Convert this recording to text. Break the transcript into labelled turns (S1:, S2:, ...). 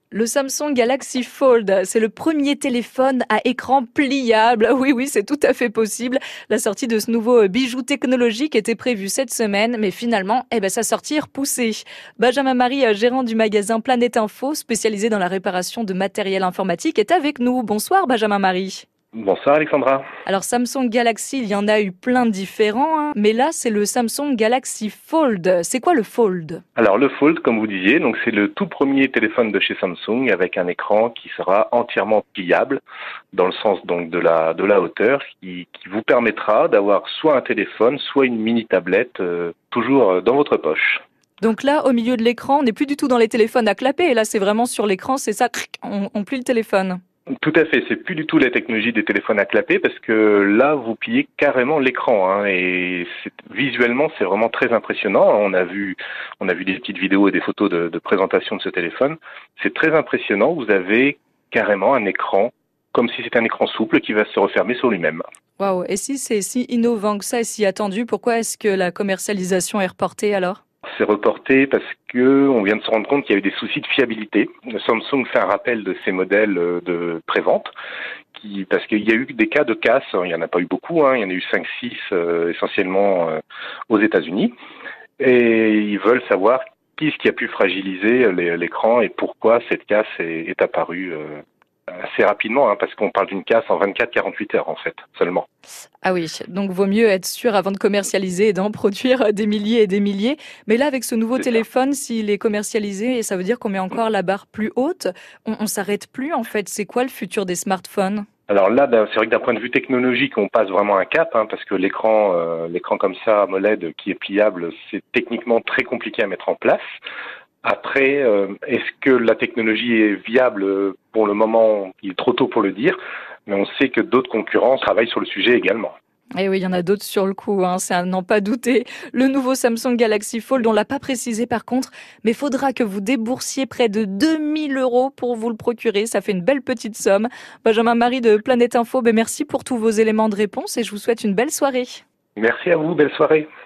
S1: Le Samsung Galaxy Fold, c'est le premier téléphone à écran pliable. Oui, c'est tout à fait possible. La sortie de ce nouveau bijou technologique était prévue cette semaine, mais finalement, sa sortie est repoussée. Benjamin Marie, gérant du magasin Planète Info, spécialisé dans la réparation de matériel informatique, est avec nous. Bonsoir Benjamin Marie.
S2: Bonsoir Alexandra.
S1: Alors Samsung Galaxy, il y en a eu plein de différents, mais là c'est le Samsung Galaxy Fold. C'est quoi le Fold ?
S2: Alors le Fold, comme vous disiez, donc c'est le tout premier téléphone de chez Samsung avec un écran qui sera entièrement pliable dans le sens donc de la hauteur qui vous permettra d'avoir soit un téléphone, soit une mini tablette toujours dans votre poche.
S1: Donc là, au milieu de l'écran, on n'est plus du tout dans les téléphones à clapper. Et là, c'est vraiment sur l'écran, c'est ça, on plie le téléphone.
S2: Tout à fait, c'est plus du tout la technologie des téléphones à clapper parce que là vous pliez carrément l'écran et visuellement c'est vraiment très impressionnant. On a vu des petites vidéos et des photos de présentation de ce téléphone. C'est très impressionnant. Vous avez carrément un écran comme si c'était un écran souple qui va se refermer sur lui-même.
S1: Waouh. Et si c'est si innovant que ça et si attendu, pourquoi est-ce que la commercialisation est reportée alors ?
S2: C'est reporté parce que on vient de se rendre compte qu'il y a eu des soucis de fiabilité. Samsung fait un rappel de ses modèles de prévente parce qu'il y a eu des cas de casse, il n'y en a pas eu beaucoup, il y en a eu 5-6 essentiellement aux États-Unis. Et ils veulent savoir qu'est-ce qui a pu fragiliser l'écran et pourquoi cette casse est apparue assez rapidement, parce qu'on parle d'une casse en 24-48 heures en fait, seulement.
S1: Ah oui, donc vaut mieux être sûr avant de commercialiser et d'en produire des milliers et des milliers. Mais là, avec ce nouveau téléphone, s'il est commercialisé, ça veut dire qu'on met encore la barre plus haute. On s'arrête plus en fait. C'est quoi le futur des smartphones ?
S2: Alors là, c'est vrai que d'un point de vue technologique, on passe vraiment un cap, parce que l'écran comme ça, AMOLED, qui est pliable, c'est techniquement très compliqué à mettre en place. Après, est-ce que la technologie est viable? Pour le moment, il est trop tôt pour le dire, mais on sait que d'autres concurrents travaillent sur le sujet également.
S1: Eh oui, il y en a d'autres sur le coup, c'est à n'en pas douter. Le nouveau Samsung Galaxy Fold, on l'a pas précisé par contre, mais faudra que vous déboursiez près de 2000 € pour vous le procurer. Ça fait une belle petite somme. Benjamin Marie de Planète Info, merci pour tous vos éléments de réponse et je vous souhaite une belle soirée.
S2: Merci à vous, belle soirée.